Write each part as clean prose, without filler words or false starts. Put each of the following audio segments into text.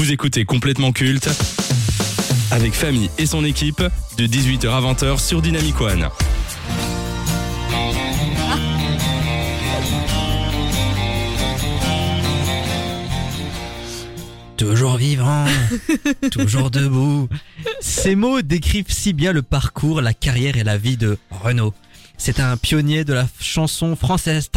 Vous écoutez Complètement Culte avec Famille et son équipe de 18h à 20h sur Dynamic One. Toujours vivant, toujours debout. Ces mots décrivent si bien le parcours, la carrière et la vie de Renaud. C'est un pionnier de la chanson française,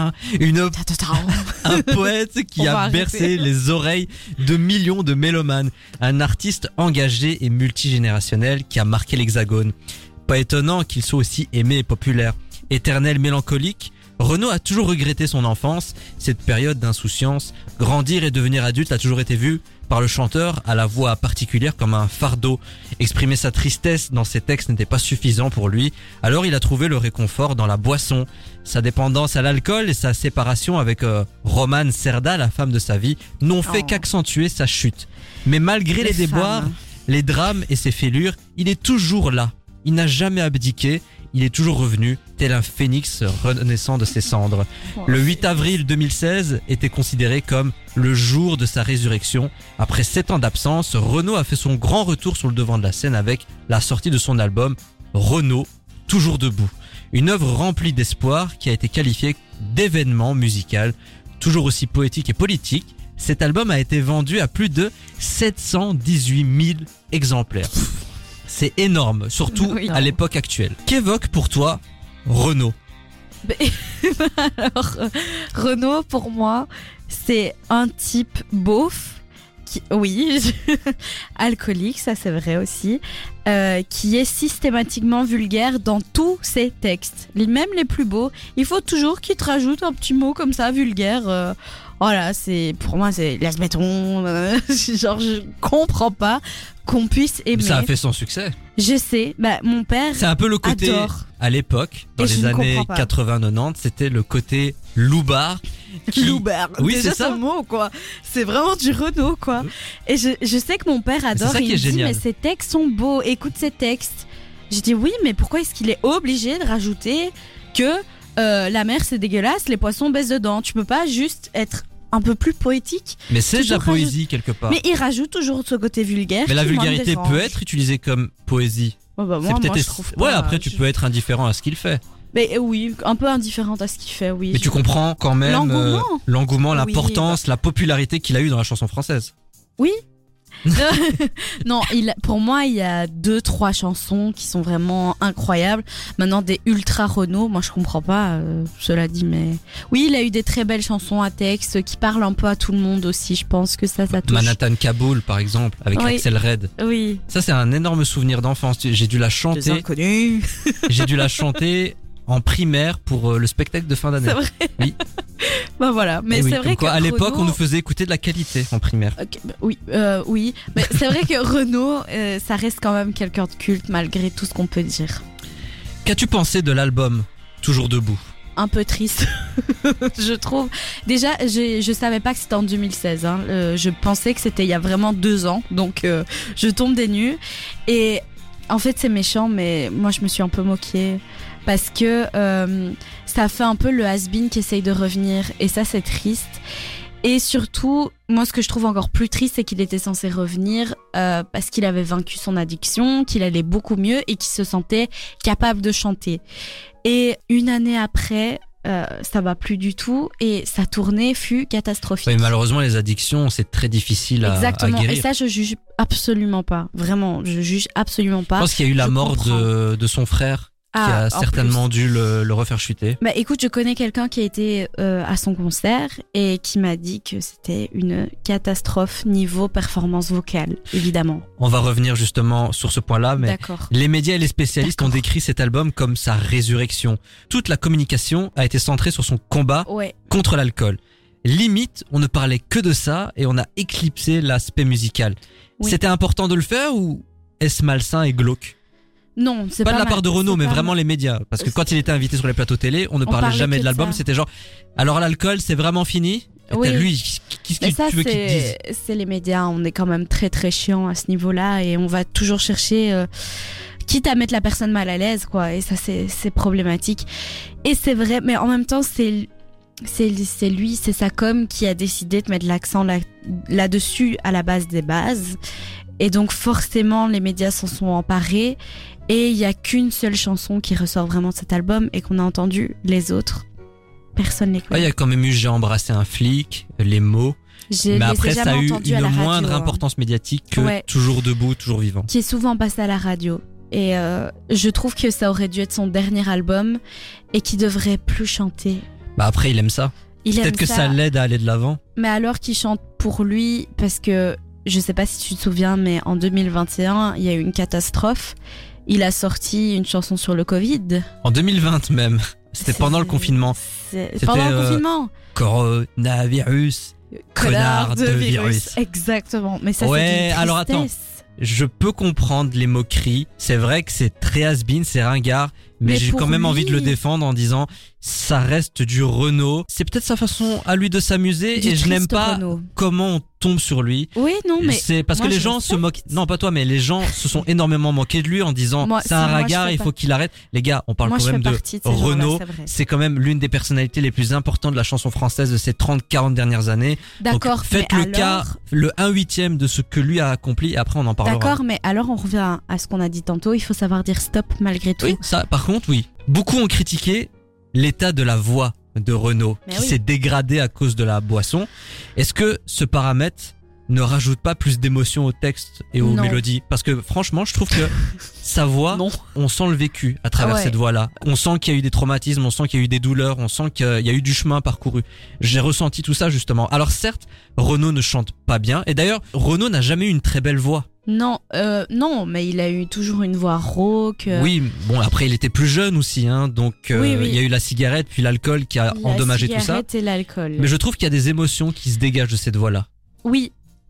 un poète qui a bercé les oreilles de millions de mélomanes, un artiste engagé et multigénérationnel qui a marqué l'Hexagone. Pas étonnant qu'il soit aussi aimé et populaire. Éternel mélancolique, Renaud a toujours regretté son enfance, cette période d'insouciance. Grandir et devenir adulte a toujours été vu par le chanteur à la voix particulière comme un fardeau. Exprimer sa tristesse dans ses textes n'était pas suffisant pour lui, alors il a trouvé le réconfort dans la boisson. Sa dépendance à l'alcool et sa séparation avec Romane Cerda, la femme de sa vie, n'ont fait qu'accentuer sa chute. Mais malgré les déboires, les drames et ses fêlures, il est toujours là. Il n'a jamais abdiqué. Il est toujours revenu, tel un phénix renaissant de ses cendres. Le 8 avril 2016 était considéré comme le jour de sa résurrection. Après 7 ans d'absence, Renaud a fait son grand retour sur le devant de la scène avec la sortie de son album Renaud, toujours debout. Une œuvre remplie d'espoir qui a été qualifiée d'événement musical, toujours aussi poétique et politique. Cet album a été vendu à plus de 718 000 exemplaires. C'est énorme, surtout à l'époque actuelle. Qu'évoque pour toi Renaud ? Alors, Renaud, pour moi, c'est un type beauf, alcoolique, ça c'est vrai aussi, qui est systématiquement vulgaire dans tous ses textes. Même les plus beaux, il faut toujours qu'il te rajoute un petit mot comme ça, vulgaire. Voilà, pour moi, c'est laisse-béton. Genre, je comprends pas qu'on puisse aimer. Ça a fait son succès. Je sais, mon père c'est un peu le côté, adore. À l'époque, dans les années 80-90, c'était le côté loupard. Loupard, oui, déjà c'est ça. Ce mot, quoi. C'est vraiment du Renaud, quoi. Et je sais que mon père adore. C'est ça qui est génial. Mais ces textes sont beaux, écoute ces textes. Je dis oui, mais pourquoi est-ce qu'il est obligé de rajouter que la mer c'est dégueulasse, les poissons baissent dedans? Tu peux pas juste être un peu plus poétique? Mais c'est de la poésie quelque part. Mais il rajoute toujours ce côté vulgaire. Mais la vulgarité peut être utilisée comme poésie. Moi je trouve pas. Ouais, après tu peux être indifférent à ce qu'il fait. Mais oui, un peu indifférente à ce qu'il fait, oui. Mais tu comprends quand même l'engouement, l'importance, la popularité qu'il a eu dans la chanson française. Oui. Non, pour moi, il y a 2-3 chansons qui sont vraiment incroyables. Maintenant, des ultra Renaud, moi je comprends pas, cela dit, mais oui, il a eu des très belles chansons à texte qui parlent un peu à tout le monde aussi. Je pense que ça touche. Manhattan Kaboul, par exemple, avec Axel Red. Oui. Ça, c'est un énorme souvenir d'enfance. J'ai dû la chanter. Les inconnus. J'ai dû la chanter en primaire pour le spectacle de fin d'année. C'est vrai. Oui. Voilà, mais c'est vrai qu'à l'époque on nous faisait écouter de la qualité en primaire. Okay, oui, mais c'est vrai que Renaud, ça reste quand même quelqu'un de culte malgré tout ce qu'on peut dire. Qu'as-tu pensé de l'album Toujours debout ? Un peu triste, je trouve. Déjà, je savais pas que c'était en 2016. Je pensais que c'était il y a vraiment 2 ans, donc je tombe des nues. Et en fait, c'est méchant, mais moi je me suis un peu moquée. Parce que ça fait un peu le has-been qui essaye de revenir. Et ça, c'est triste. Et surtout, moi, ce que je trouve encore plus triste, c'est qu'il était censé revenir parce qu'il avait vaincu son addiction, qu'il allait beaucoup mieux et qu'il se sentait capable de chanter. Et 1 année après, ça va plus du tout. Et sa tournée fut catastrophique. Oui, malheureusement, les addictions, c'est très difficile à guérir. Et ça, je juge absolument pas. Vraiment, je juge absolument pas. Je pense qu'il y a eu la mort de son frère. Qui a certainement dû le refaire chuter. Écoute, je connais quelqu'un qui a été à son concert et qui m'a dit que c'était une catastrophe niveau performance vocale, évidemment. On va revenir justement sur ce point-là, mais les médias et les spécialistes ont décrit cet album comme sa résurrection. Toute la communication a été centrée sur son combat contre l'alcool. Limite, on ne parlait que de ça et on a éclipsé l'aspect musical. Oui. C'était important de le faire ou est-ce malsain et glauque ? Non, c'est pas de la part de Renaud, mais vraiment les médias. Parce que quand il était invité sur les plateaux télé, on ne parlait jamais de l'album. C'était genre, alors l'alcool, c'est vraiment fini. Lui, qu'est-ce que tu veux qu'il dise ? C'est les médias. On est quand même très très chiant à ce niveau-là et on va toujours chercher, quitte à mettre la personne mal à l'aise, quoi. Et ça, c'est problématique. Et c'est vrai, mais en même temps, c'est c'est lui, c'est sa com qui a décidé de mettre l'accent là-dessus à la base des bases. Et donc forcément, les médias s'en sont emparés. Et il n'y a qu'une seule chanson qui ressort vraiment de cet album et qu'on a entendu. Les autres, personne ne les connaît. Il y a quand même eu J'ai embrassé un flic, les mots. Mais après, ça a eu une moindre importance médiatique que Toujours debout, toujours vivant. Qui est souvent passé à la radio. Et je trouve que ça aurait dû être son dernier album et qu'il devrait plus chanter. Bah après, il aime ça. Peut-être que ça l'aide à aller de l'avant. Mais alors qu'il chante pour lui, parce que je sais pas si tu te souviens, mais en 2021, il y a eu une catastrophe. Il a sorti une chanson sur le Covid. En 2020 même. C'était pendant le confinement. Pendant le confinement. Coronavirus. Connard de virus. Exactement. Mais ça, ouais, c'est une tristesse. Alors attends. Je peux comprendre les moqueries. C'est vrai que c'est très has-been, c'est ringard. Mais j'ai quand même envie de le défendre en disant ça reste du Renaud. C'est peut-être sa façon à lui de s'amuser et je n'aime pas comment on tombe sur lui. Oui, non, mais c'est parce que les gens se moquent. Non, pas toi, mais les gens se sont énormément moqués de lui en disant c'est un ringard, il faut qu'il arrête. Les gars, on parle quand même de Renaud. C'est quand même l'une des personnalités les plus importantes de la chanson française de ces 30-40 dernières années. D'accord. Donc, faites le cas, le 1/8 de ce que lui a accompli et après on en parlera. D'accord, mais alors on revient à ce qu'on a dit tantôt. Il faut savoir dire stop malgré tout. Oui, ça, par contre, oui. Beaucoup ont critiqué l'état de la voix de Renaud qui s'est dégradé à cause de la boisson. Est-ce que ce paramètre ne rajoute pas plus d'émotion au texte et aux mélodies? Parce que franchement, je trouve que sa voix, on sent le vécu à travers cette voix-là. On sent qu'il y a eu des traumatismes, on sent qu'il y a eu des douleurs, on sent qu'il y a eu du chemin parcouru. J'ai ressenti tout ça justement. Alors certes, Renaud ne chante pas bien. Et d'ailleurs, Renaud n'a jamais eu une très belle voix. Non, mais il a eu toujours une voix rauque. Oui, bon après il était plus jeune aussi, hein, donc il y a eu la cigarette puis l'alcool qui a endommagé tout ça. La cigarette et l'alcool. Mais je trouve qu'il y a des émotions qui se dégagent de cette voix-là. Oui,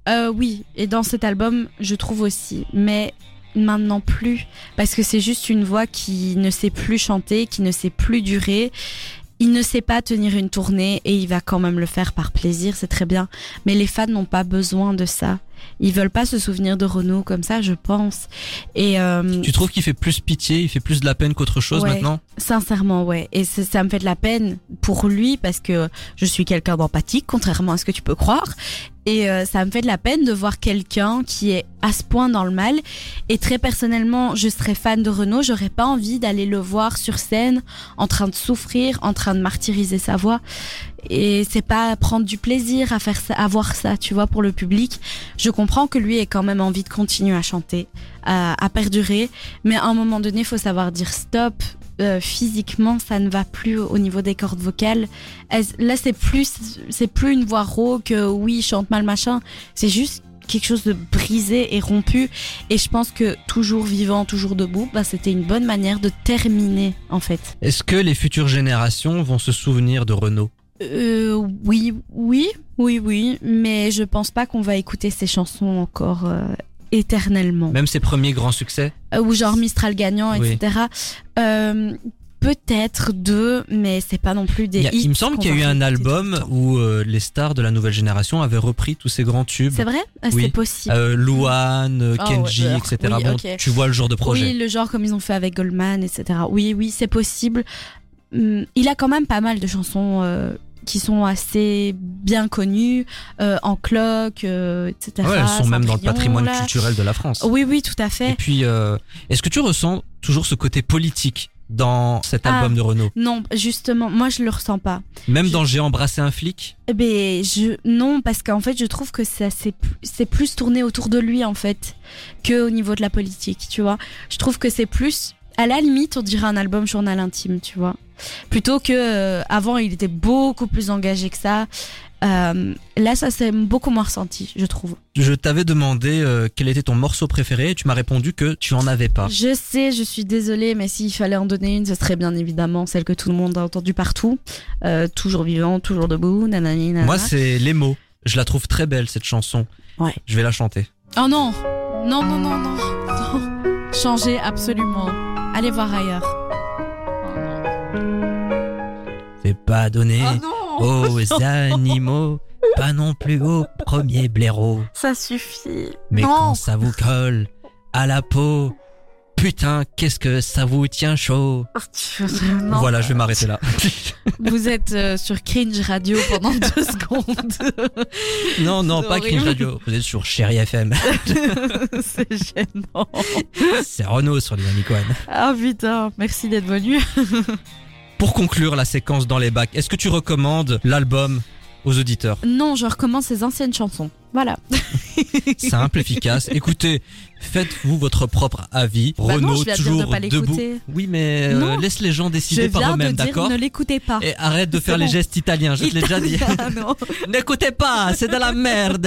et dans cet album, je trouve aussi, mais maintenant plus, parce que c'est juste une voix qui ne sait plus chanter, qui ne sait plus durer. Il ne sait pas tenir une tournée et il va quand même le faire par plaisir, c'est très bien. Mais les fans n'ont pas besoin de ça. Ils veulent pas se souvenir de Renaud comme ça, je pense. Et tu trouves qu'il fait plus pitié, il fait plus de la peine qu'autre chose maintenant? Sincèrement, ouais. Et ça me fait de la peine pour lui parce que je suis quelqu'un d'empathique, contrairement à ce que tu peux croire. Et ça me fait de la peine de voir quelqu'un qui est à ce point dans le mal. Et très personnellement, je serais fan de Renaud. J'aurais pas envie d'aller le voir sur scène en train de souffrir, en train de martyriser sa voix. Et c'est pas prendre du plaisir à faire ça, à voir ça, tu vois, pour le public. Je comprends que lui ait quand même envie de continuer à chanter, à perdurer. Mais à un moment donné, il faut savoir dire stop. Physiquement, ça ne va plus au niveau des cordes vocales. Là, c'est plus une voix rauque. Oui, il chante mal, machin. C'est juste quelque chose de brisé et rompu. Et je pense que toujours vivant, toujours debout, c'était une bonne manière de terminer, en fait. Est-ce que les futures générations vont se souvenir de Renaud? Oui. Mais je pense pas qu'on va écouter ces chansons encore éternellement. Même ses premiers grands succès? Ou genre Mistral gagnant, etc. Peut-être deux, mais c'est pas non plus des hits. Il me semble qu'il y a eu un album où les stars de la nouvelle génération avaient repris tous ces grands tubes. C'est vrai? C'est possible. Louane, Kenji, etc. Oui, bon, tu vois le genre de projet. Oui, le genre comme ils ont fait avec Goldman, etc. Oui, c'est possible. Il a quand même pas mal de chansons qui sont assez bien connues, en cloque, etc. Ouais, elles sont même dans le patrimoine culturel de la France. Oui, tout à fait. Et puis, est-ce que tu ressens toujours ce côté politique dans cet album de Renaud? Non, justement, moi je le ressens pas. Même dans J'ai embrassé un flic? Non, parce qu'en fait je trouve que c'est plus tourné autour de lui en fait que au niveau de la politique, tu vois. Je trouve que c'est plus, à la limite, on dirait un album journal intime, tu vois. Plutôt que avant, il était beaucoup plus engagé que ça. Là, ça s'est beaucoup moins ressenti, je trouve. Je t'avais demandé quel était ton morceau préféré et tu m'as répondu que tu en avais pas. Je sais, je suis désolée, mais s'il fallait en donner une, ce serait bien évidemment celle que tout le monde a entendue partout. Toujours vivant, toujours debout, nanani, nanana. Moi, c'est Les mots. Je la trouve très belle, cette chanson. Ouais. Je vais la chanter. Oh non. Non. Changez absolument. Allez voir ailleurs. C'est pas donné aux animaux, pas non plus aux premiers blaireaux. Ça suffit. Mais quand ça vous colle à la peau, Putain, qu'est-ce que ça vous tient chaud. Non. Voilà, je vais m'arrêter là. Vous êtes sur Cringe Radio pendant 2 secondes. Non, C'est pas horrible. Cringe Radio. Vous êtes sur Chérie FM. C'est gênant. C'est Renaud sur Dynamic One. Ah putain, merci d'être venu. Pour conclure la séquence dans les bacs, est-ce que tu recommandes l'album aux auditeurs? Non, je recommence ses anciennes chansons. Voilà. Simple, efficace. Écoutez, faites-vous votre propre avis. Bah non, Renaud, je viens de dire toujours de pas debout. l'écouter. Oui, mais Non. laisse les gens Je décider par viens de eux-mêmes, dire d'accord? ne l'écoutez pas. Et arrête de C'est faire les bon. gestes italiens, je te l'ai déjà dit. Ah non. N'écoutez pas, c'est de la merde.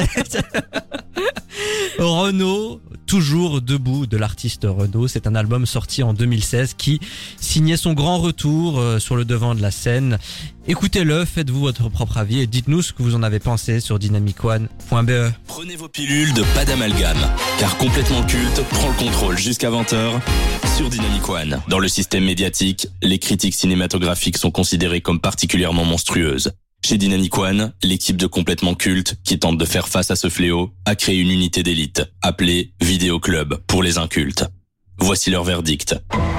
Renaud, toujours debout de l'artiste Renaud. C'est un album sorti en 2016 qui signait son grand retour sur le devant de la scène. Écoutez-le, faites-vous votre propre avis et dites-nous ce que vous en avez pensé sur dynamicone.be. Prenez vos pilules de pas d'amalgame, car Complètement Culte prend le contrôle jusqu'à 20h sur Dynamic One. Dans le système médiatique, les critiques cinématographiques sont considérées comme particulièrement monstrueuses. Chez Dynamic One, l'équipe de Complètement Culte, qui tente de faire face à ce fléau, a créé une unité d'élite, appelée Vidéo Club pour les incultes. Voici leur verdict.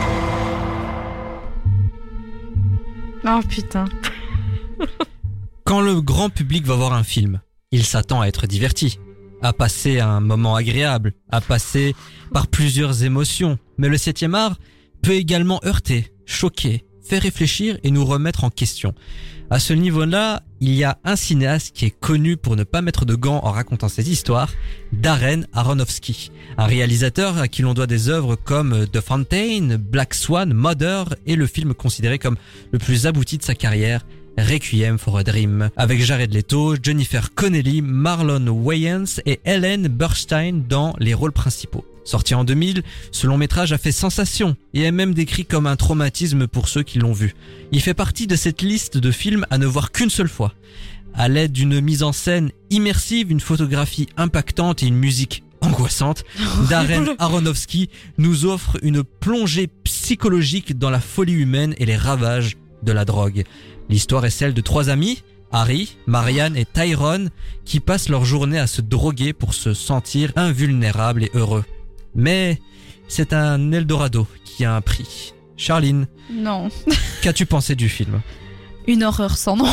Oh putain. Quand le grand public va voir un film, il s'attend à être diverti, à passer un moment agréable, à passer par plusieurs émotions. Mais le 7e art peut également heurter, choquer, faire réfléchir et nous remettre en question. À ce niveau-là, il y a un cinéaste qui est connu pour ne pas mettre de gants en racontant ses histoires, Darren Aronofsky, un réalisateur à qui l'on doit des œuvres comme The Fountain, Black Swan, Mother et le film considéré comme le plus abouti de sa carrière, Requiem for a Dream, avec Jared Leto, Jennifer Connelly, Marlon Wayans et Ellen Burstyn dans les rôles principaux. Sorti en 2000, ce long métrage a fait sensation et est même décrit comme un traumatisme pour ceux qui l'ont vu. Il fait partie de cette liste de films à ne voir qu'une seule fois. À l'aide d'une mise en scène immersive, une photographie impactante et une musique angoissante, Darren Aronofsky nous offre une plongée psychologique dans la folie humaine et les ravages de la drogue. L'histoire est celle de 3 amis, Harry, Marianne et Tyrone, qui passent leur journée à se droguer pour se sentir invulnérables et heureux. Mais c'est un Eldorado qui a un prix. Charline, Non. qu'as-tu pensé du film? Une horreur sans nom.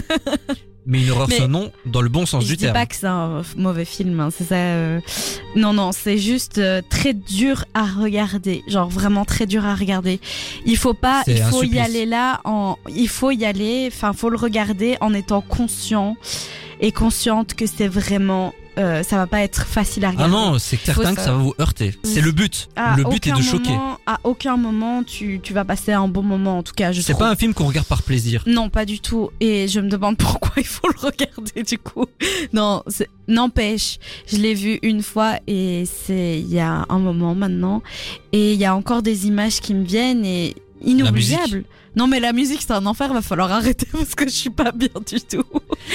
Mais une horreur Mais sans nom dans le bon sens Je du dis terme. pas que c'est un mauvais film, hein, c'est ça. Non, c'est juste très dur à regarder. Genre vraiment très dur à regarder. Il faut pas, C'est il un faut y supplice. aller là il faut y aller, enfin, faut le regarder en étant conscient et consciente que c'est vraiment, ça va pas être facile à Ah regarder. non, c'est certain Faut que ça va vous heurter. C'est le but. Le but est de choquer. À aucun moment, tu vas passer un bon moment, en tout cas, je C'est trouve. pas un film qu'on regarde par plaisir. Non, pas du tout. Et je me demande pourquoi il faut le regarder du coup. Non, n'empêche, je l'ai vu une fois et il y a un moment maintenant. Et il y a encore des images qui me viennent et inoubliables. Non, mais la musique, c'est un enfer, va falloir arrêter parce que je suis pas bien du tout.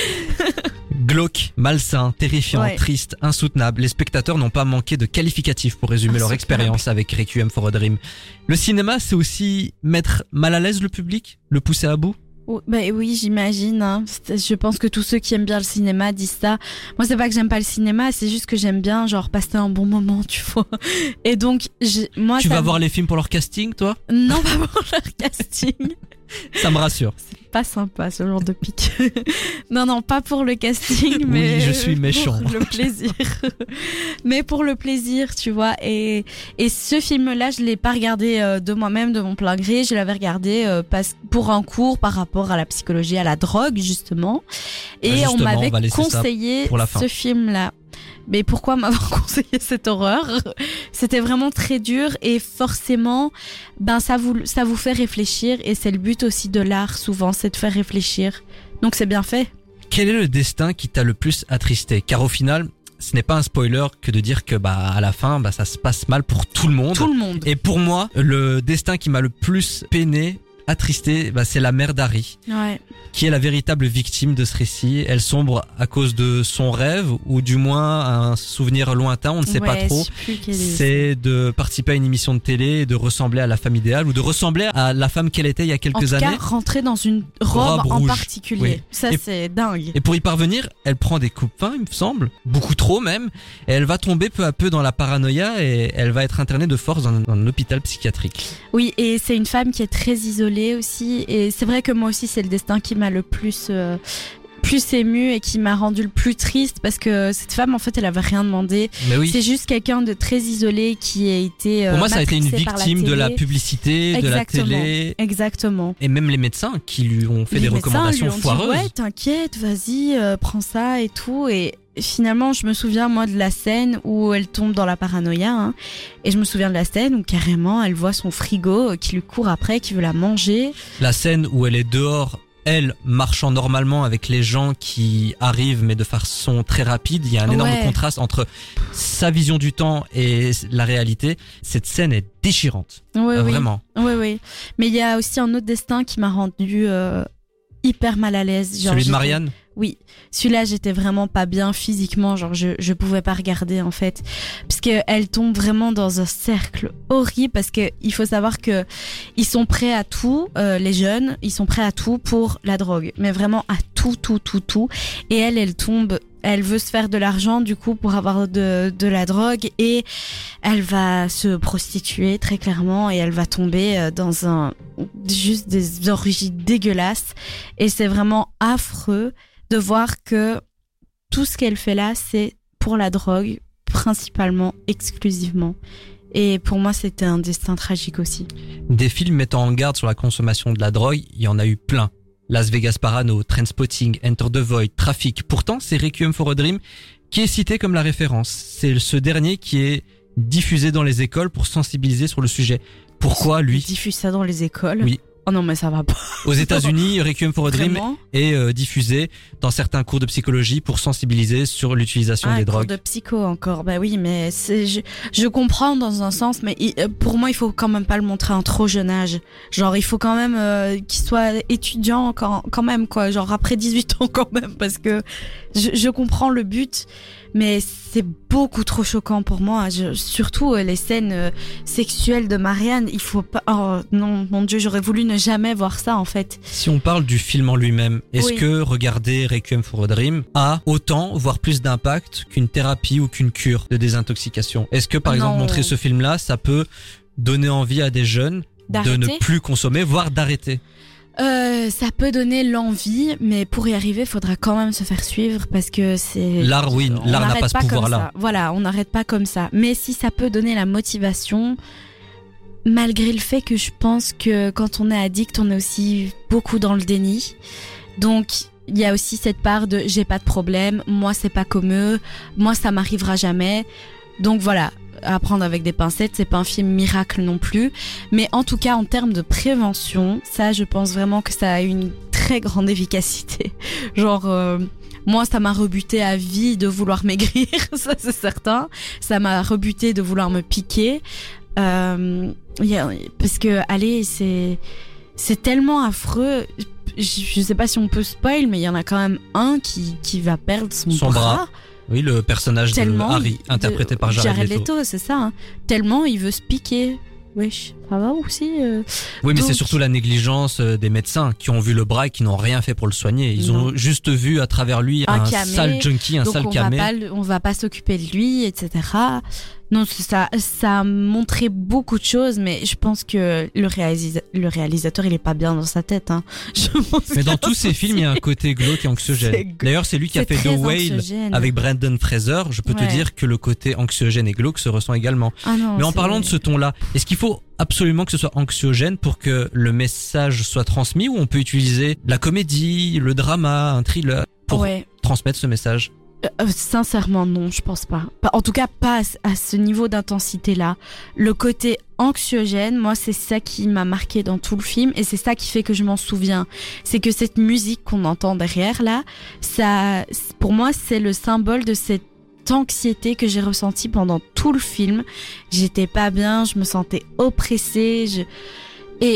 Glauque, malsain, terrifiant, Ouais. triste, insoutenable. Les spectateurs n'ont pas manqué de qualificatifs pour résumer leur Insoutenable. expérience avec Requiem for a Dream. Le cinéma, c'est aussi mettre mal à l'aise le public, le pousser à bout. Oh, bah oui, j'imagine. Hein. Je pense que tous ceux qui aiment bien le cinéma disent ça. Moi, c'est pas que j'aime pas le cinéma, c'est juste que j'aime bien, genre, passer un bon moment, tu vois. Et donc, moi, Tu ça vas me- voir les films pour leur casting, toi? Non, pas pour leur casting. Ça me rassure. Pas sympa ce genre de pic. non, pas pour le casting, mais Oui, je suis méchant. pour le plaisir. Mais pour le plaisir, tu vois. Et ce film-là, je l'ai pas regardé de moi-même, de mon plein gré. Je l'avais regardé pour un cours par rapport à la psychologie, à la drogue justement. Et Justement, on m'avait on va laisser ça conseillé pour la fin. ce film-là. Mais pourquoi m'avoir conseillé cette horreur? C'était vraiment très dur et forcément, ça vous fait réfléchir et c'est le but aussi de l'art souvent, c'est de faire réfléchir. Donc c'est bien fait. Quel est le destin qui t'a le plus attristé? Car au final, ce n'est pas un spoiler que de dire que à la fin, ça se passe mal pour tout le monde. Tout le monde. Et pour moi, le destin qui m'a le plus peiné attristée, c'est la mère d'Harry. Ouais. Qui est la véritable victime de ce récit. Elle sombre à cause de son rêve, ou du moins un souvenir lointain, on ne sait pas trop. C'est de participer à une émission de télé, de ressembler à la femme idéale, ou de ressembler à la femme qu'elle était il y a quelques années. En tout cas, rentrer dans une robe en particulier. Oui. Ça, c'est dingue. Et pour y parvenir, elle prend des coupe-vin, il me semble, beaucoup trop même, et elle va tomber peu à peu dans la paranoïa, et elle va être internée de force dans un hôpital psychiatrique. Oui, et c'est une femme qui est très isolée aussi, et c'est vrai que moi aussi, c'est le destin qui m'a le plus émue et qui m'a rendu le plus triste, parce que cette femme, en fait, elle avait rien demandé. Mais oui. C'est juste quelqu'un de très isolé qui a été pour moi, ça a été une victime de la publicité, exactement, de la télé. Exactement. Et même les médecins qui lui ont fait des recommandations foireuses. Ouais, t'inquiète, vas-y, prends ça et tout. Et finalement, je me souviens, moi, de la scène où elle tombe dans la paranoïa, hein, et je me souviens de la scène où carrément elle voit son frigo qui lui court après, qui veut la manger. La scène où elle est dehors, elle marchant normalement avec les gens qui arrivent, mais de façon très rapide. Il y a un énorme contraste entre sa vision du temps et la réalité. Cette scène est déchirante. Vraiment. Oui. Mais il y a aussi un autre destin qui m'a rendu hyper mal à l'aise. Celui de Marianne ? Oui, celui-là, j'étais vraiment pas bien physiquement, genre je pouvais pas regarder en fait, parce que elle tombe vraiment dans un cercle horrible, parce que il faut savoir que ils sont prêts à tout, les jeunes, ils sont prêts à tout pour la drogue, mais vraiment à tout, et elle tombe. Elle veut se faire de l'argent du coup pour avoir de la drogue, et elle va se prostituer très clairement, et elle va tomber dans juste des orgies dégueulasses, et c'est vraiment affreux de voir que tout ce qu'elle fait là, c'est pour la drogue, principalement, exclusivement. Et pour moi, c'était un destin tragique aussi. Des films mettant en garde sur la consommation de la drogue, il y en a eu plein. Las Vegas Parano, Trainspotting, Enter the Void, Traffic. Pourtant, c'est Requiem for a Dream qui est cité comme la référence. C'est ce dernier qui est diffusé dans les écoles pour sensibiliser sur le sujet. Pourquoi lui ? Il diffuse ça dans les écoles ? Oui. Oh non, mais ça va pas. Aux États-Unis, Requiem for a Dream est diffusé dans certains cours de psychologie pour sensibiliser sur l'utilisation des drogues. Cours de psycho encore, bah oui, mais je comprends dans un sens, mais pour moi, il faut quand même pas le montrer à un trop jeune âge. Genre, il faut quand même qu'il soit étudiant quand même, quoi. Genre après 18 ans quand même, parce que je comprends le but, mais c'est beaucoup trop choquant pour moi. Surtout les scènes sexuelles de Marianne, il faut pas. Oh non, mon Dieu, j'aurais voulu ne jamais voir ça en fait. Si on parle du film en lui-même, est-ce que regarder Requiem for a Dream a autant, voire plus d'impact qu'une thérapie ou qu'une cure de désintoxication ? Est-ce que par exemple montrer ce film-là, ça peut donner envie à des jeunes de ne plus consommer, voire d'arrêter ? Ça peut donner l'envie, mais pour y arriver, il faudra quand même se faire suivre, parce que c'est... L'art n'a pas ce pouvoir-là. Voilà, on n'arrête pas comme ça. Mais si ça peut donner la motivation, malgré le fait que je pense que quand on est addict, on est aussi beaucoup dans le déni. Donc, il y a aussi cette part de j'ai pas de problème, moi c'est pas comme eux, moi ça m'arrivera jamais. Donc voilà, à prendre avec des pincettes, c'est pas un film miracle non plus, mais en tout cas en termes de prévention, ça je pense vraiment que ça a une très grande efficacité. Genre moi ça m'a rebuté à vie de vouloir maigrir, ça c'est certain, ça m'a rebuté de vouloir me piquer, parce que allez, c'est tellement affreux. Je sais pas si on peut spoil, mais il y en a quand même un qui va perdre son bras. Oui, le personnage de Harry, interprété par Jared Leto. C'est ça. Hein. Tellement il veut se piquer. Wesh, ça va aussi. Oui, mais c'est surtout la négligence des médecins qui ont vu le bras et qui n'ont rien fait pour le soigner. Ils ont juste vu à travers lui un sale junkie, un sale camé. On va pas s'occuper de lui, etc. Non, ça a montré beaucoup de choses, mais je pense que le réalisateur, il est pas bien dans sa tête. Hein. Mais dans tous ces films, il y a un côté glauque et anxiogène. D'ailleurs, c'est lui qui a fait The Whale avec Brendan Fraser. Je peux te dire que le côté anxiogène et glauque se ressent également. Mais en parlant de ce ton-là, est-ce qu'il faut absolument que ce soit anxiogène pour que le message soit transmis, ou on peut utiliser la comédie, le drama, un thriller pour transmettre ce message ? Sincèrement non, je pense pas. En tout cas pas à ce niveau d'intensité-là. Le côté anxiogène, moi c'est ça qui m'a marqué dans tout le film, et c'est ça qui fait que je m'en souviens. C'est que cette musique qu'on entend derrière là, ça, pour moi c'est le symbole de cette anxiété que j'ai ressentie pendant tout le film. J'étais pas bien, je me sentais oppressée, et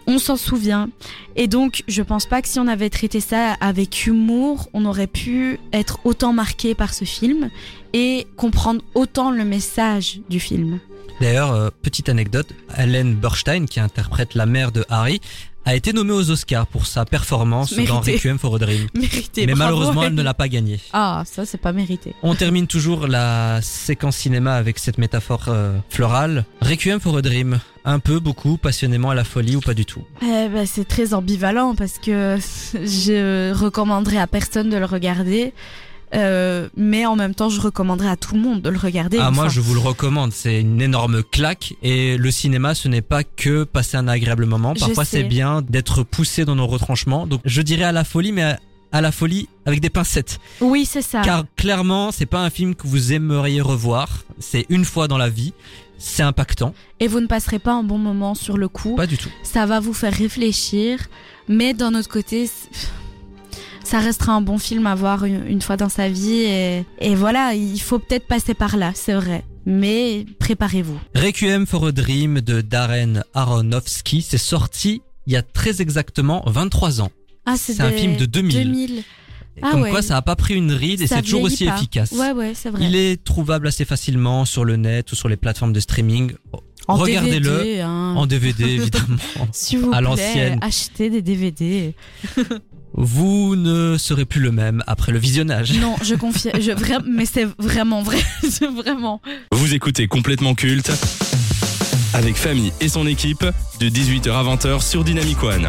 on s'en souvient. Et donc, je pense pas que si on avait traité ça avec humour, on aurait pu être autant marqué par ce film et comprendre autant le message du film. D'ailleurs, petite anecdote, Ellen Burstyn, qui interprète la mère de Harry, a été nommée aux Oscars pour sa performance dans Requiem for a Dream. Mérité, mais bravo, malheureusement, elle ne l'a pas gagné. Ah, ça, c'est pas mérité. On termine toujours la séquence cinéma avec cette métaphore florale. Requiem for a Dream, un peu, beaucoup, passionnément à la folie ou pas du tout? C'est très ambivalent parce que je recommanderais à personne de le regarder. Mais en même temps, je recommanderais à tout le monde de le regarder. Moi, je vous le recommande. C'est une énorme claque. Et le cinéma, ce n'est pas que passer un agréable moment. Parfois, c'est bien d'être poussé dans nos retranchements. Donc, je dirais à la folie, mais à la folie avec des pincettes. Oui, c'est ça. Car clairement, c'est pas un film que vous aimeriez revoir. C'est une fois dans la vie. C'est impactant. Et vous ne passerez pas un bon moment sur le coup. Pas du tout. Ça va vous faire réfléchir. Mais d'un autre côté, ça restera un bon film à voir une fois dans sa vie et voilà, il faut peut-être passer par là, c'est vrai. Mais préparez-vous. Requiem for a Dream de Darren Aronofsky, c'est sorti il y a très exactement 23 ans. Ah, c'est un film de 2000. Comme quoi, ça n'a pas pris une ride et c'est toujours aussi efficace. Ouais, c'est vrai. Il est trouvable assez facilement sur le net ou sur les plateformes de streaming. Regardez-le DVD, hein. En DVD, évidemment. S'il vous plaît, l'ancienne. achetez des DVD. Vous ne serez plus le même après le visionnage. Non, je confie. Mais c'est vraiment vrai. C'est vraiment. Vous écoutez Complètement Culte avec Famille et son équipe de 18h à 20h sur Dynamic One.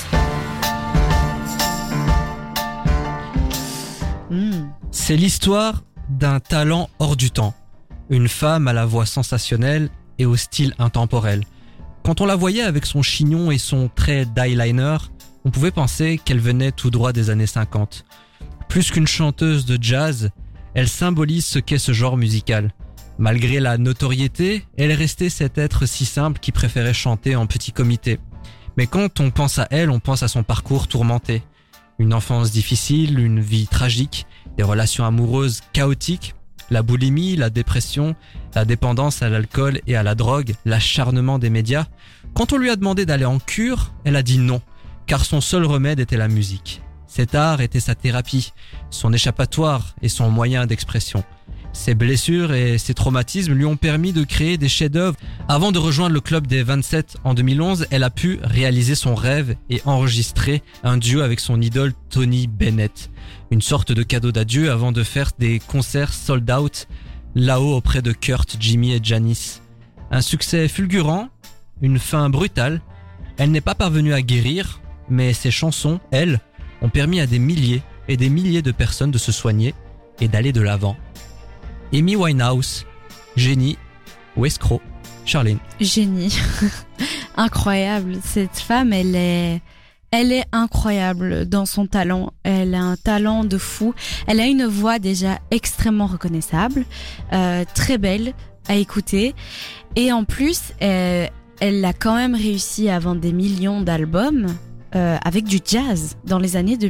C'est l'histoire d'un talent hors du temps. Une femme à la voix sensationnelle et au style intemporel. Quand on la voyait avec son chignon et son trait d'eyeliner, on pouvait penser qu'elle venait tout droit des années 50. Plus qu'une chanteuse de jazz, elle symbolise ce qu'est ce genre musical. Malgré la notoriété, elle est restée cet être si simple qui préférait chanter en petit comité. Mais quand on pense à elle, on pense à son parcours tourmenté. Une enfance difficile, une vie tragique, des relations amoureuses chaotiques, la boulimie, la dépression, la dépendance à l'alcool et à la drogue, l'acharnement des médias. Quand on lui a demandé d'aller en cure, elle a dit non, car son seul remède était la musique. Cet art était sa thérapie, son échappatoire et son moyen d'expression. Ses blessures et ses traumatismes lui ont permis de créer des chefs-d'œuvre. Avant de rejoindre le club des 27 en 2011, elle a pu réaliser son rêve et enregistrer un duo avec son idole Tony Bennett. Une sorte de cadeau d'adieu avant de faire des concerts sold out là-haut auprès de Kurt, Jimmy et Janis. Un succès fulgurant, une fin brutale. Elle n'est pas parvenue à guérir, mais ses chansons, elles, ont permis à des milliers et des milliers de personnes de se soigner et d'aller de l'avant. Amy Winehouse, génie ou escroc, Charline? Génie. Incroyable. Cette femme, elle est incroyable dans son talent. Elle a un talent de fou. Elle a une voix déjà extrêmement reconnaissable, très belle à écouter. Et en plus, elle a quand même réussi à vendre des millions d'albums avec du jazz dans les années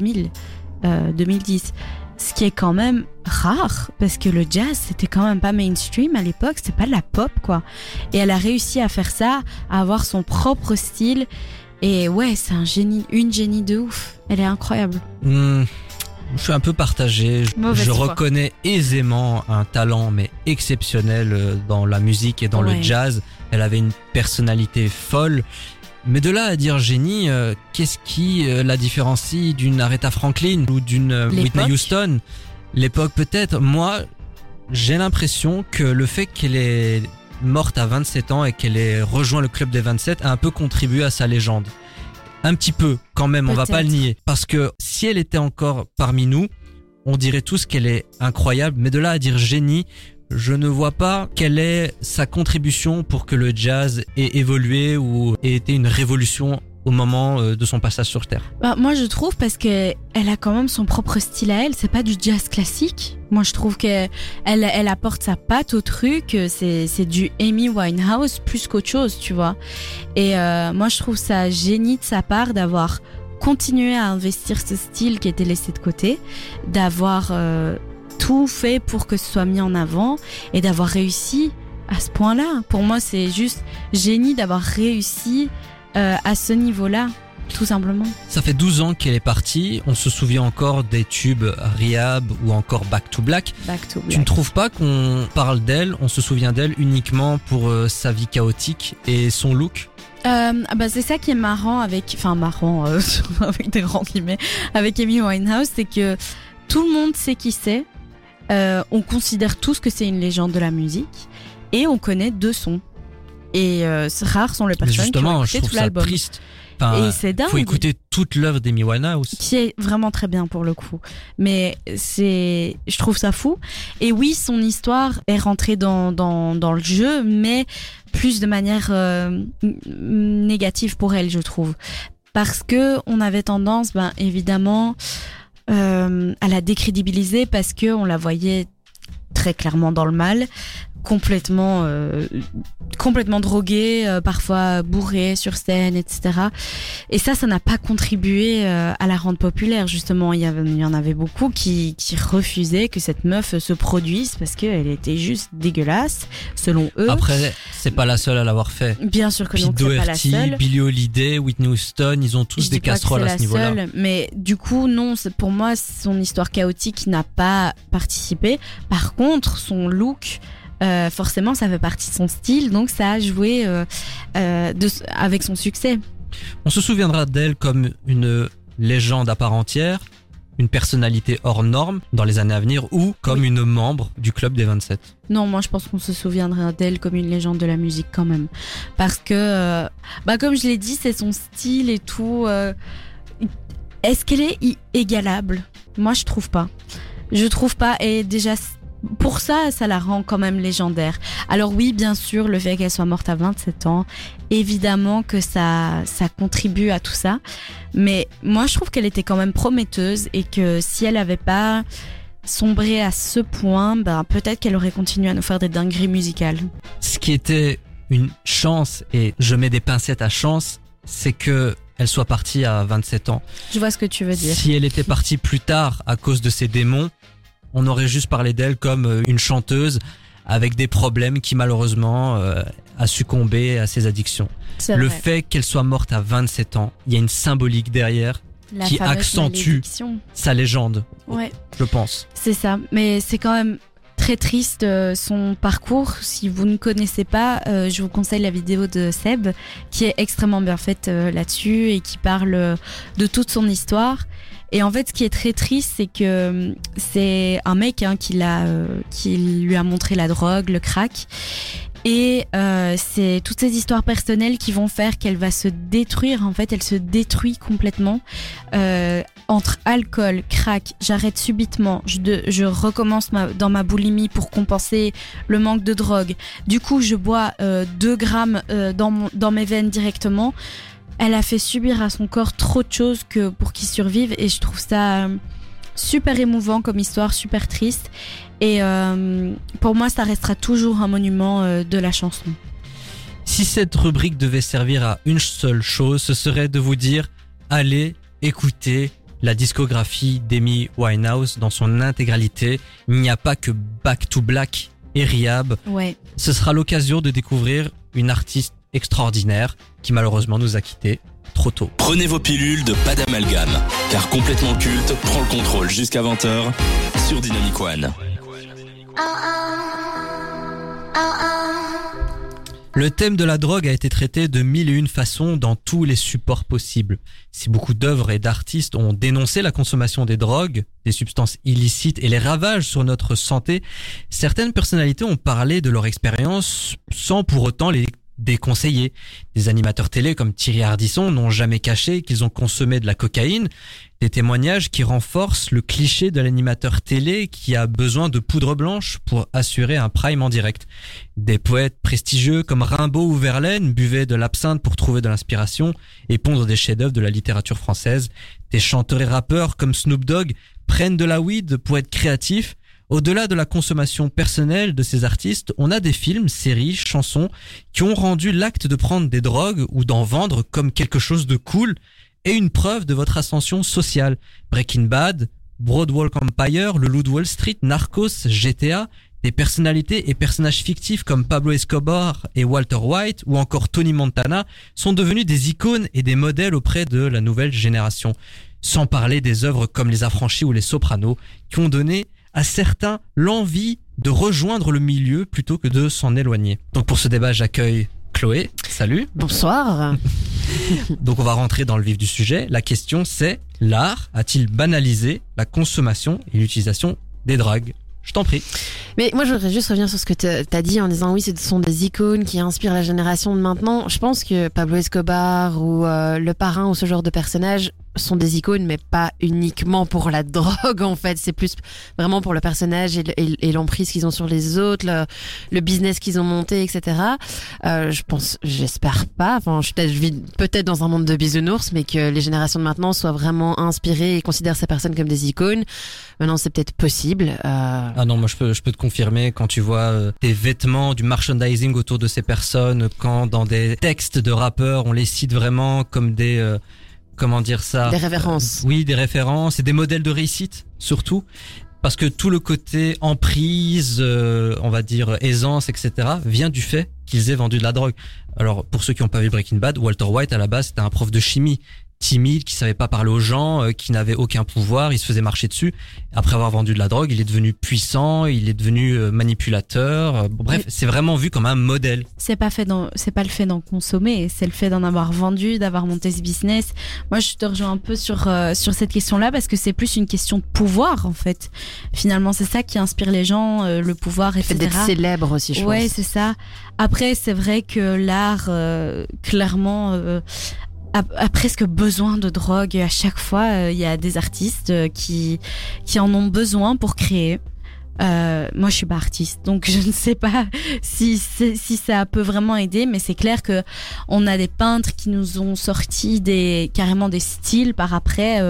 2010. Ce qui est quand même rare, parce que le jazz, c'était quand même pas mainstream à l'époque, c'était pas de la pop, quoi. Et elle a réussi à faire ça, à avoir son propre style. Et ouais, c'est une génie de ouf. Elle est incroyable. Je suis un peu partagé. Je reconnais aisément un talent, mais exceptionnel dans la musique et dans le jazz. Elle avait une personnalité folle. Mais de là à dire génie, qu'est-ce qui la différencie d'une Aretha Franklin ou d'une Whitney Houston? L'époque peut-être. Moi, j'ai l'impression que le fait qu'elle est morte à 27 ans et qu'elle ait rejoint le club des 27 a un peu contribué à sa légende. Un petit peu, quand même, peut-être. On va pas le nier. Parce que si elle était encore parmi nous, on dirait tous qu'elle est incroyable. Mais de là à dire génie, je ne vois pas quelle est sa contribution pour que le jazz ait évolué ou ait été une révolution au moment de son passage sur Terre. Moi, je trouve, parce que elle a quand même son propre style à elle. C'est pas du jazz classique. Moi, je trouve que elle apporte sa patte au truc. C'est du Amy Winehouse plus qu'autre chose, tu vois. Et moi, je trouve ça génie de sa part d'avoir continué à investir ce style qui était laissé de côté, d'avoir tout fait pour que ce soit mis en avant et d'avoir réussi à ce point-là. Pour moi, c'est juste génie d'avoir réussi à ce niveau-là, tout simplement. Ça fait 12 ans qu'elle est partie. On se souvient encore des tubes Rehab ou encore Back to Black. Tu ne trouves pas qu'on parle d'elle, on se souvient d'elle uniquement pour sa vie chaotique et son look? C'est ça qui est marrant avec des grands guillemets, avec Amy Winehouse, c'est que tout le monde sait qui c'est. On considère tous que c'est une légende de la musique et on connaît 2 sons. Et rares sont les personnes qui ont écouté tout l'album. Triste. Enfin, et c'est dingue. Faut écouter toute l'œuvre d'Amy Winehouse. Qui est vraiment très bien pour le coup. Mais je trouve ça fou. Et oui, son histoire est rentrée dans le jeu, mais plus de manière négative pour elle, je trouve. Parce que on avait tendance, évidemment, à la décrédibiliser parce que on la voyait très clairement dans le mal, complètement droguée, parfois bourrée sur scène, etc. Et ça n'a pas contribué à la rendre populaire, justement. Il y en avait beaucoup qui refusaient que cette meuf se produise parce qu'elle était juste dégueulasse, selon eux. Après, c'est pas la seule à l'avoir fait. Bien sûr que non, c'est pas la seule. Billie Holiday, Whitney Houston, ils ont tous des casseroles à ce niveau-là. Seule, mais du coup, non, pour moi, son histoire chaotique n'a pas participé. Par contre, son look... forcément ça fait partie de son style, donc ça a joué avec son succès. On se souviendra d'elle comme une légende à part entière, une personnalité hors norme dans les années à venir, ou comme une membre du club des 27. Non, moi je pense qu'on se souviendra d'elle comme une légende de la musique quand même, parce que comme je l'ai dit, c'est son style et tout. Est-ce qu'elle est égalable? Moi je trouve pas, et déjà pour ça la rend quand même légendaire. Alors oui, bien sûr, le fait qu'elle soit morte à 27 ans, évidemment que ça contribue à tout ça. Mais moi, je trouve qu'elle était quand même prometteuse et que si elle avait pas sombré à ce point, peut-être qu'elle aurait continué à nous faire des dingueries musicales. Ce qui était une chance, et je mets des pincettes à chance, c'est que elle soit partie à 27 ans. Je vois ce que tu veux dire. Si elle était partie plus tard à cause de ses démons, on aurait juste parlé d'elle comme une chanteuse avec des problèmes qui malheureusement a succombé à ses addictions. Le fait qu'elle soit morte à 27 ans, il y a une symbolique derrière qui accentue sa légende, je pense. C'est ça, mais c'est quand même très triste son parcours. Si vous ne connaissez pas, je vous conseille la vidéo de Seb qui est extrêmement bien faite là-dessus et qui parle de toute son histoire. Et en fait, ce qui est très triste, c'est que c'est un mec qui lui a montré la drogue, le crack. Et c'est toutes ces histoires personnelles qui vont faire qu'elle va se détruire. En fait, elle se détruit complètement. Entre alcool, crack, j'arrête subitement, je recommence dans ma boulimie pour compenser le manque de drogue. Du coup, je bois 2 grammes dans mes veines directement. Elle a fait subir à son corps trop de choses pour qu'il survive, et je trouve ça super émouvant comme histoire, super triste. Et pour moi, ça restera toujours un monument de la chanson. Si cette rubrique devait servir à une seule chose, ce serait de vous dire allez écouter la discographie d'Amy Winehouse dans son intégralité. Il n'y a pas que Back to Black et Rehab. Ce sera l'occasion de découvrir une artiste extraordinaire qui malheureusement nous a quittés trop tôt. Prenez vos pilules de pas d'amalgame, car complètement culte prend le contrôle jusqu'à 20h sur Dynamic One. Le thème de la drogue a été traité de 1001 façons dans tous les supports possibles. Si beaucoup d'œuvres et d'artistes ont dénoncé la consommation des drogues, des substances illicites et les ravages sur notre santé, certaines personnalités ont parlé de leur expérience sans pour autant les déconseiller. Des animateurs télé comme Thierry Ardisson n'ont jamais caché qu'ils ont consommé de la cocaïne. Des témoignages qui renforcent le cliché de l'animateur télé qui a besoin de poudre blanche pour assurer un prime en direct. Des poètes prestigieux comme Rimbaud ou Verlaine buvaient de l'absinthe pour trouver de l'inspiration et pondre des chefs-d'œuvre de la littérature française. Des chanteurs et rappeurs comme Snoop Dogg prennent de la weed pour être créatifs. Au-delà de la consommation personnelle de ces artistes, on a des films, séries, chansons qui ont rendu l'acte de prendre des drogues ou d'en vendre comme quelque chose de cool et une preuve de votre ascension sociale. Breaking Bad, Boardwalk Empire, Le Loup de Wall Street, Narcos, GTA, des personnalités et personnages fictifs comme Pablo Escobar et Walter White ou encore Tony Montana sont devenus des icônes et des modèles auprès de la nouvelle génération. Sans parler des œuvres comme Les Affranchis ou Les Sopranos qui ont donné à certains l'envie de rejoindre le milieu plutôt que de s'en éloigner. Donc pour ce débat, j'accueille Chloé. Salut. Bonsoir. Donc on va rentrer dans le vif du sujet. La question c'est, l'art a-t-il banalisé la consommation et l'utilisation des drogues ? Je t'en prie. Mais moi, je voudrais juste revenir sur ce que t'as dit en disant oui, ce sont des icônes qui inspirent la génération de maintenant. Je pense que Pablo Escobar ou Le Parrain ou ce genre de personnages sont des icônes, mais pas uniquement pour la drogue, en fait. C'est plus vraiment pour le personnage et l'emprise qu'ils ont sur les autres, le business qu'ils ont monté, etc. J'espère pas. Enfin, je vis peut-être dans un monde de bisounours, mais que les générations de maintenant soient vraiment inspirées et considèrent ces personnes comme des icônes. Maintenant, c'est peut-être possible. Ah non, moi je peux te confirmer, quand tu vois des vêtements, du merchandising autour de ces personnes, quand dans des textes de rappeurs, on les cite vraiment comme des comment dire ça ? Des références. Oui, des références et des modèles de réussite, surtout. Parce que tout le côté emprise, on va dire aisance, etc., vient du fait qu'ils aient vendu de la drogue. Alors, pour ceux qui n'ont pas vu Breaking Bad, Walter White, à la base, c'était un prof de chimie. Timide, qui savait pas parler aux gens, qui n'avait aucun pouvoir, il se faisait marcher dessus. Après avoir vendu de la drogue, il est devenu puissant, il est devenu manipulateur. Bref, c'est vraiment vu comme un modèle. C'est pas le fait d'en consommer, c'est le fait d'en avoir vendu, d'avoir monté ce business. Moi, je te rejoins un peu sur cette question-là parce que c'est plus une question de pouvoir en fait. Finalement, c'est ça qui inspire les gens, le pouvoir, etc. Le fait d'être célèbre aussi, je pense. Ouais, c'est ça. Après, c'est vrai que l'art, clairement. A presque besoin de drogue. À chaque fois, il y a des artistes qui en ont besoin pour créer. Moi, je suis pas artiste, donc je ne sais pas si ça peut vraiment aider, mais c'est clair que on a des peintres qui nous ont sorti carrément des styles par après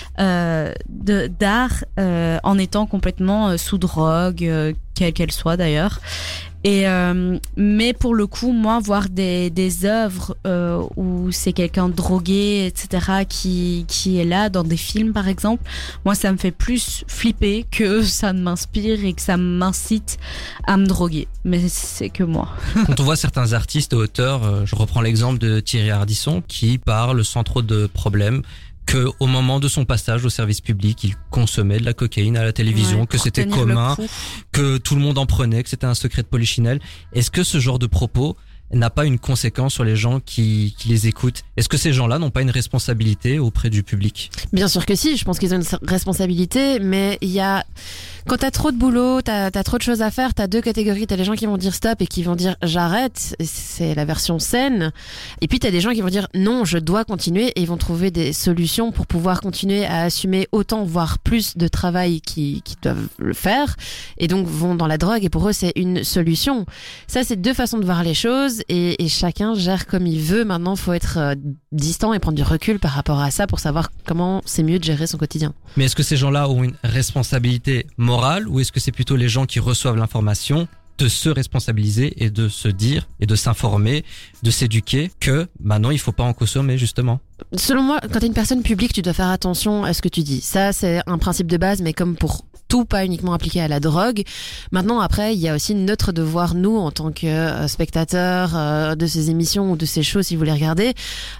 d'art en étant complètement sous drogue, quelle qu'elle soit d'ailleurs. Et mais pour le coup, moi, voir des œuvres où c'est quelqu'un drogué, etc., qui est là dans des films, par exemple, moi, ça me fait plus flipper que ça ne m'inspire et que ça m'incite à me droguer. Mais c'est que moi. Quand on voit certains artistes et auteurs, je reprends l'exemple de Thierry Ardisson, qui parle sans trop de problèmes que au moment de son passage au service public, il consommait de la cocaïne à la télévision, que c'était commun, que tout le monde en prenait, que c'était un secret de polichinelle. Est-ce que ce genre de propos n'a pas une conséquence sur les gens qui les écoutent ? Est-ce que ces gens-là n'ont pas une responsabilité auprès du public ? Bien sûr que si, je pense qu'ils ont une responsabilité, mais il y a... Quand t'as trop de boulot, t'as trop de choses à faire, t'as deux catégories. T'as les gens qui vont dire stop et qui vont dire j'arrête, c'est la version saine. Et puis t'as des gens qui vont dire non, je dois continuer, et ils vont trouver des solutions pour pouvoir continuer à assumer autant, voire plus de travail qu'ils doivent le faire. Et donc vont dans la drogue, et pour eux c'est une solution. Ça, c'est deux façons de voir les choses, et chacun gère comme il veut. Maintenant, faut être distant et prendre du recul par rapport à ça pour savoir comment c'est mieux de gérer son quotidien. Mais est-ce que ces gens-là ont une responsabilité morale, ou est-ce que c'est plutôt les gens qui reçoivent l'information de se responsabiliser et de se dire et de s'informer, de s'éduquer que maintenant il faut pas en consommer justement? Selon moi, quand t'es une personne publique, tu dois faire attention à ce que tu dis. Ça, c'est un principe de base, mais comme pour tout, pas uniquement appliqué à la drogue. Maintenant, après, il y a aussi notre devoir, nous, en tant que spectateurs de ces émissions ou de ces shows, si vous les regardez,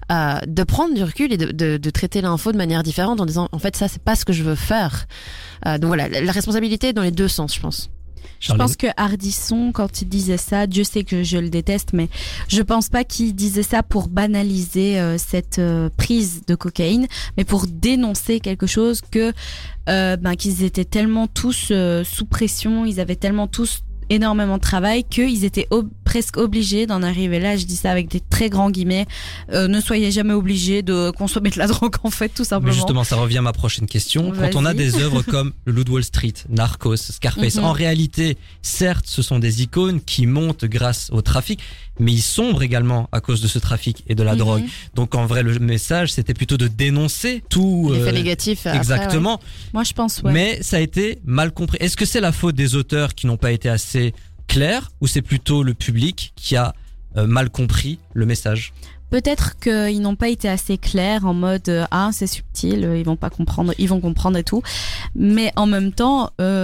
de prendre du recul et de traiter l'info de manière différente en disant, en fait, ça, c'est pas ce que je veux faire. Donc voilà, la responsabilité est dans les deux sens, je pense. Je pense que Ardisson, quand il disait ça, Dieu sait que je le déteste, mais je pense pas qu'il disait ça pour banaliser cette prise de cocaïne, mais pour dénoncer quelque chose que qu'ils étaient tellement tous sous pression, ils avaient tellement tous énormément de travail qu'ils étaient presque obligés d'en arriver là. Je dis ça avec des très grands guillemets. Ne soyez jamais obligés de consommer de la drogue, en fait, tout simplement. Mais justement, ça revient à ma prochaine question. Vas-y. Quand on a des œuvres comme Le Loup de Wall Street, Narcos, Scarface, en réalité, certes, ce sont des icônes qui montent grâce au trafic, mais ils sombrent également à cause de ce trafic et de la drogue. Donc en vrai, le message, c'était plutôt de dénoncer tout l'effet négatif. Exactement. Après, ouais. Moi, je pense, ouais. Mais ça a été mal compris. Est-ce que c'est la faute des auteurs qui n'ont pas été assez clairs, ou c'est plutôt le public qui a mal compris le message? Peut-être qu'ils n'ont pas été assez clairs en mode c'est subtil, ils vont pas comprendre, ils vont comprendre et tout. Mais en même temps,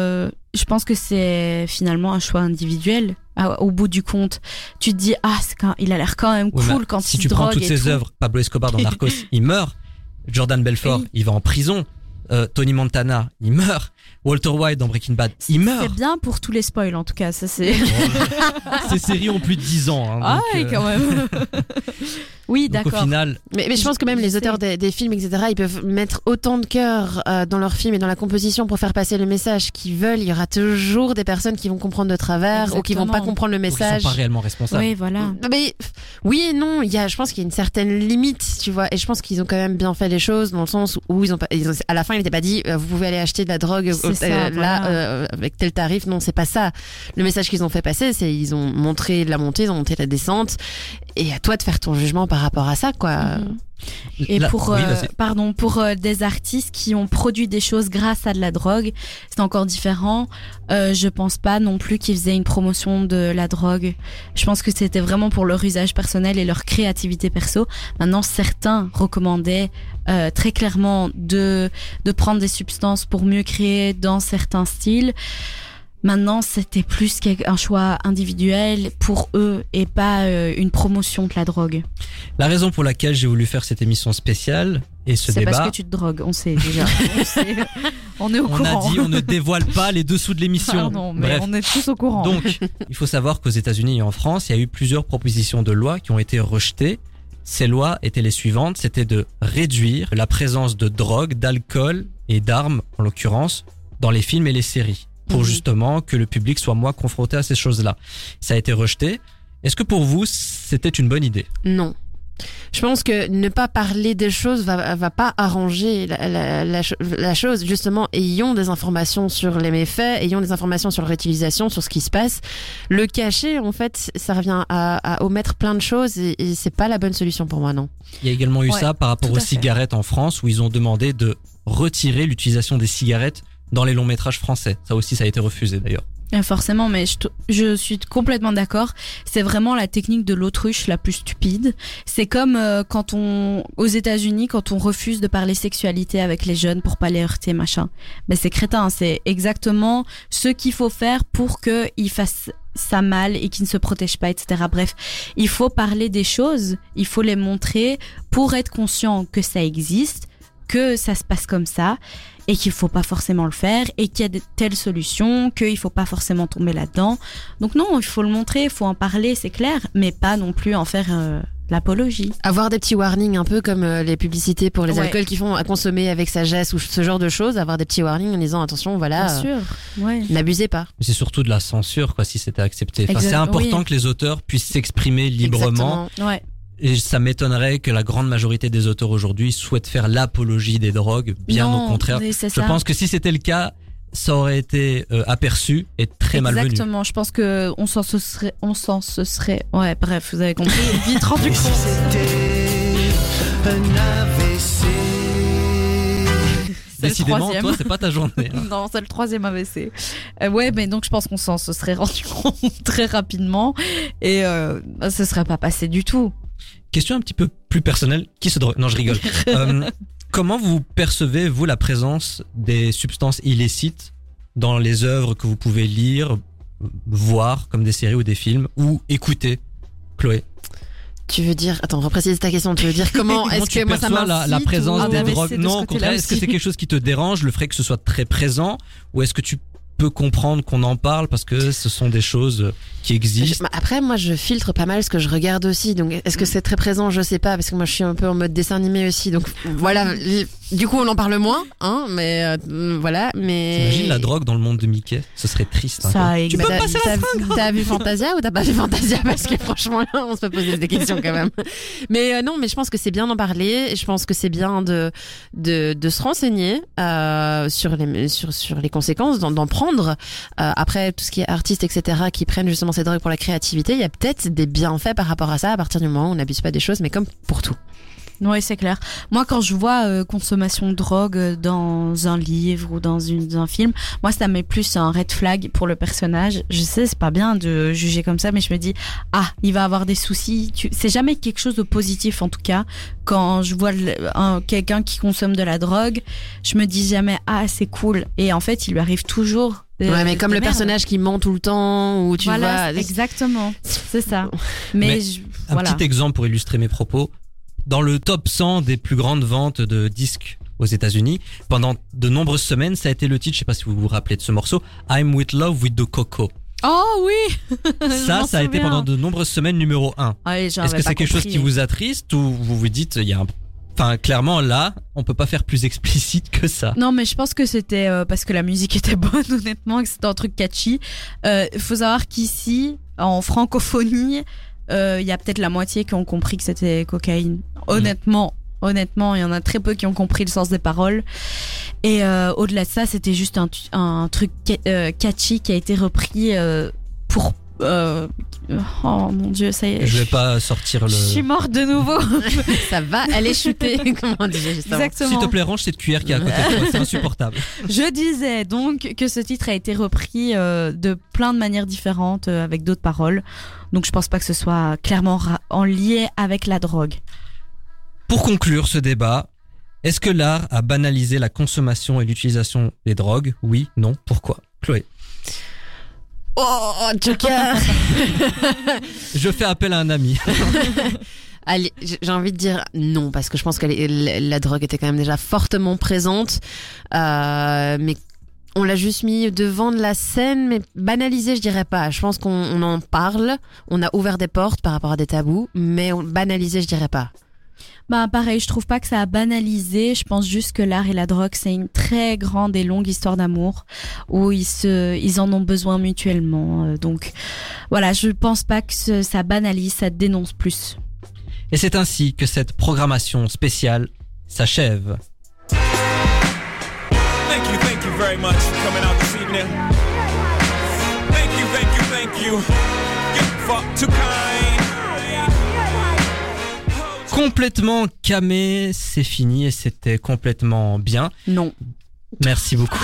je pense que c'est finalement un choix individuel. Au bout du compte, tu te dis il a l'air quand même cool quand si il tu se drogue. prends toutes ses œuvres, Pablo Escobar dans Narcos, il meurt. Jordan Belfort, il va en prison. Tony Montana, il meurt. Walter White dans Breaking Bad, il meurt. C'est bien pour tous les spoils en tout cas, ça c'est. Ces séries ont plus de 10 ans. Hein, donc, quand même. Oui, d'accord. Au final. Mais je pense que même les auteurs des films, etc., ils peuvent mettre autant de cœur dans leurs films et dans la composition pour faire passer le message qu'ils veulent. Il y aura toujours des personnes qui vont comprendre de travers. Exactement. Ou qui vont pas comprendre le message. Ou qui sont pas réellement responsables. Oui, voilà. Mais oui et non. Je pense qu'il y a une certaine limite, tu vois. Et je pense qu'ils ont quand même bien fait les choses dans le sens où à la fin, il n'était pas dit vous pouvez aller acheter de la drogue avec tel tarif. Non, c'est pas ça. Le message qu'ils ont fait passer, c'est ils ont montré la montée, ils ont montré la descente. Et à toi de faire ton jugement par rapport à ça, quoi. Et pour des artistes qui ont produit des choses grâce à de la drogue, c'est encore différent. Je pense pas non plus qu'ils faisaient une promotion de la drogue. Je pense que c'était vraiment pour leur usage personnel et leur créativité perso. Maintenant, certains recommandaient très clairement de prendre des substances pour mieux créer dans certains styles. Maintenant, c'était plus qu'un choix individuel pour eux et pas une promotion de la drogue. La raison pour laquelle j'ai voulu faire cette émission spéciale et ce débat... C'est parce que tu te drogues, on sait déjà. On est au courant. On a dit on ne dévoile pas les dessous de l'émission. Pardon, mais bref. On est tous au courant. Donc, il faut savoir qu'aux États-Unis et en France, il y a eu plusieurs propositions de loi qui ont été rejetées. Ces lois étaient les suivantes, c'était de réduire la présence de drogue, d'alcool et d'armes, en l'occurrence, dans les films et les séries. Pour justement que le public soit moins confronté à ces choses-là. Ça a été rejeté. Est-ce que pour vous, c'était une bonne idée ? Non. Je pense que ne pas parler des choses va pas arranger la chose. Justement, ayons des informations sur les méfaits, ayons des informations sur leur utilisation, sur ce qui se passe. Le cacher, en fait, ça revient à omettre plein de choses et c'est pas la bonne solution pour moi, non. Il y a également eu ça par rapport aux cigarettes en France où ils ont demandé de retirer l'utilisation des cigarettes dans les longs métrages français. Ça aussi, ça a été refusé d'ailleurs. Forcément, mais je suis complètement d'accord. C'est vraiment la technique de l'autruche la plus stupide. C'est comme aux États-Unis, quand on refuse de parler sexualité avec les jeunes pour pas les heurter, machin. Ben c'est crétin. Hein. C'est exactement ce qu'il faut faire pour qu'ils fassent ça mal et qu'ils ne se protègent pas, etc. Bref, il faut parler des choses, il faut les montrer pour être conscient que ça existe, que ça se passe comme ça et qu'il faut pas forcément le faire et qu'il y a de telles solutions, qu'il faut pas forcément tomber là-dedans. Donc non, il faut le montrer, il faut en parler, c'est clair, mais pas non plus en faire l'apologie. Avoir des petits warnings un peu comme les publicités pour les alcools qui font à consommer avec sagesse ou ce genre de choses, avoir des petits warnings en disant attention, voilà, bien sûr. N'abusez pas. Mais c'est surtout de la censure quoi, si c'était accepté. Enfin, c'est important que les auteurs puissent s'exprimer librement. Exactement. Ouais. Et ça m'étonnerait que la grande majorité des auteurs aujourd'hui souhaitent faire l'apologie des drogues. Bien au contraire. Je pense que si c'était le cas, ça aurait été aperçu et très malvenu. Exactement. Je pense que on s'en se serait. Ouais, bref, vous avez compris. Vite rendu compte. Si c'était un AVC. Décidément, toi, c'est pas ta journée. Hein. Non, c'est le 3e AVC. Ouais, mais donc je pense qu'on s'en se serait rendu compte très rapidement et ce serait pas passé du tout. Question un petit peu plus personnelle. Qui se drogue ? Non, je rigole. Comment vous percevez, vous, la présence des substances illicites dans les œuvres que vous pouvez lire, voir, comme des séries ou des films, ou écouter ? Chloé ? Tu veux dire, attends, reprécise ta question. Tu veux dire comment est-ce que moi ça m'incite la présence des drogues ? Non, au contraire, est-ce que c'est quelque chose qui te dérange, le fait que ce soit très présent, ou est-ce que tu peux comprendre qu'on en parle parce que ce sont des choses qui existent? Après, moi, je filtre pas mal ce que je regarde aussi. Donc, est-ce que c'est très présent? Je sais pas, parce que moi, je suis un peu en mode dessin animé aussi. Donc, voilà. Du coup, on en parle moins, hein. Mais voilà. Mais t'imagines la drogue dans le monde de Mickey? Ce serait triste. Hein, ça tu peux passer la fringue. T'as vu Fantasia ou t'as pas vu Fantasia? Parce que franchement, là, on se peut poser des questions quand même. Mais non, mais je pense que c'est bien d'en parler. Et je pense que c'est bien de se renseigner sur les conséquences, d'en prendre. Après, tout ce qui est artistes, etc., qui prennent justement ces drogues pour la créativité, il y a peut-être des bienfaits par rapport à ça à partir du moment où on n'abuse pas des choses, mais comme pour tout. Oui, c'est clair. Moi, quand je vois consommation de drogue dans un livre ou dans un film, moi, ça met plus un red flag pour le personnage. Je sais, c'est pas bien de juger comme ça, mais je me dis, il va avoir des soucis. C'est jamais quelque chose de positif, en tout cas. Quand je vois quelqu'un qui consomme de la drogue, je me dis jamais, c'est cool. Et en fait, il lui arrive toujours Ouais, mais comme le personnage qui ment tout le temps, ou tu voilà, vois. Exactement, c'est ça. Mais un petit exemple pour illustrer mes propos. Dans le top 100 des plus grandes ventes de disques aux États-Unis, pendant de nombreuses semaines, ça a été le titre, je sais pas si vous vous rappelez de ce morceau, I'm with love with the Coco. Oh oui. Ça a été pendant de nombreuses semaines numéro 1. Ouais, est-ce que c'est quelque chose qui vous attriste ou vous vous dites, il y a enfin, clairement, là, on peut pas faire plus explicite que ça. Non, mais je pense que c'était parce que la musique était bonne, honnêtement, que c'était un truc catchy. Faut savoir qu'ici, en francophonie, il y a peut-être la moitié qui ont compris que c'était cocaïne. Honnêtement, il y en a très peu qui ont compris le sens des paroles. Et au-delà de ça, c'était juste un truc catchy qui a été repris pour... oh mon Dieu, ça y est. Je vais pas sortir le... Je suis morte de nouveau. Ça va, elle est shootée, comme on disait justement. Exactement. S'il te plaît, range cette cuillère qui est à côté de toi, c'est insupportable. Je disais donc que ce titre a été repris de plein de manières différentes avec d'autres paroles. Donc je pense pas que ce soit clairement en lien avec la drogue. Pour conclure ce débat, est-ce que l'art a banalisé la consommation et l'utilisation des drogues? Oui, non, pourquoi? Chloé. Oh, Joker. Je fais appel à un ami. Allez, j'ai envie de dire non, parce que je pense que la drogue était quand même déjà fortement présente, mais on l'a juste mis devant de la scène, mais banalisé, je dirais pas. Je pense qu'on en parle, on a ouvert des portes par rapport à des tabous, mais banalisé, je dirais pas. Bah pareil, je trouve pas que ça a banalisé. Je pense juste que l'art et la drogue, c'est une très grande et longue histoire d'amour où ils en ont besoin mutuellement. Donc voilà, je pense pas que ça banalise, ça dénonce plus. Et c'est ainsi que cette programmation spéciale s'achève. Thank you very much for coming out this evening. Thank you. You're fuck too kind. Complètement camé, c'est fini et c'était complètement bien. Non. Merci beaucoup.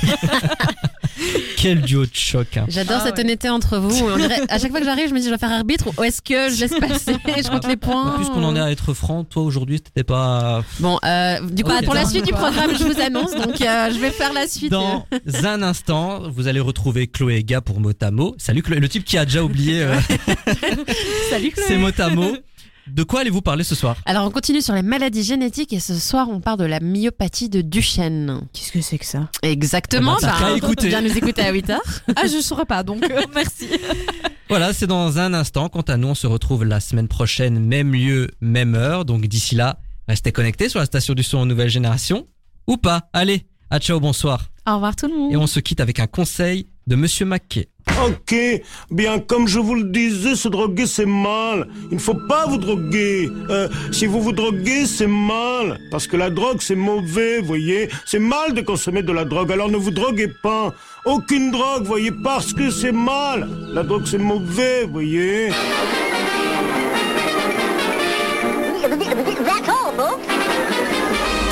Quel duo de choc. Hein. J'adore cette honnêteté entre vous. On dirait, à chaque fois que j'arrive, je me dis je vais faire arbitre ou est-ce que je laisse passer, je compte les points. Puisqu'on en est à être franc, toi aujourd'hui c'était pas... Bon, du coup Okay. pour la suite du programme, je vous annonce, donc je vais faire la suite. Dans un instant, vous allez retrouver Chloé et Ga pour mot à mot. Salut Chloé, le type qui a déjà oublié Salut Chloé. c'est mot à mot. De quoi allez-vous parler ce soir? Alors on continue sur les maladies génétiques et ce soir on parle de la myopathie de Duchenne. Qu'est-ce que c'est que ça? Exactement, T'as qu'à écouter. bien nous écouter à 8h. Ah, je saurais pas, donc merci. Voilà, c'est dans un instant. Quant à nous, on se retrouve la semaine prochaine, même lieu, même heure. Donc d'ici là, restez connectés sur la station du son Nouvelle Génération. Ou pas. Allez, à ciao, bonsoir. Au revoir tout le monde. Et on se quitte avec un conseil de Monsieur Mackay. Ok, bien comme je vous le disais, se droguer c'est mal. Il ne faut pas vous droguer. Si vous vous droguez, c'est mal. Parce que la drogue c'est mauvais, voyez. C'est mal de consommer de la drogue, alors ne vous droguez pas. Aucune drogue, voyez, parce que c'est mal. La drogue c'est mauvais, voyez. That's all, folks.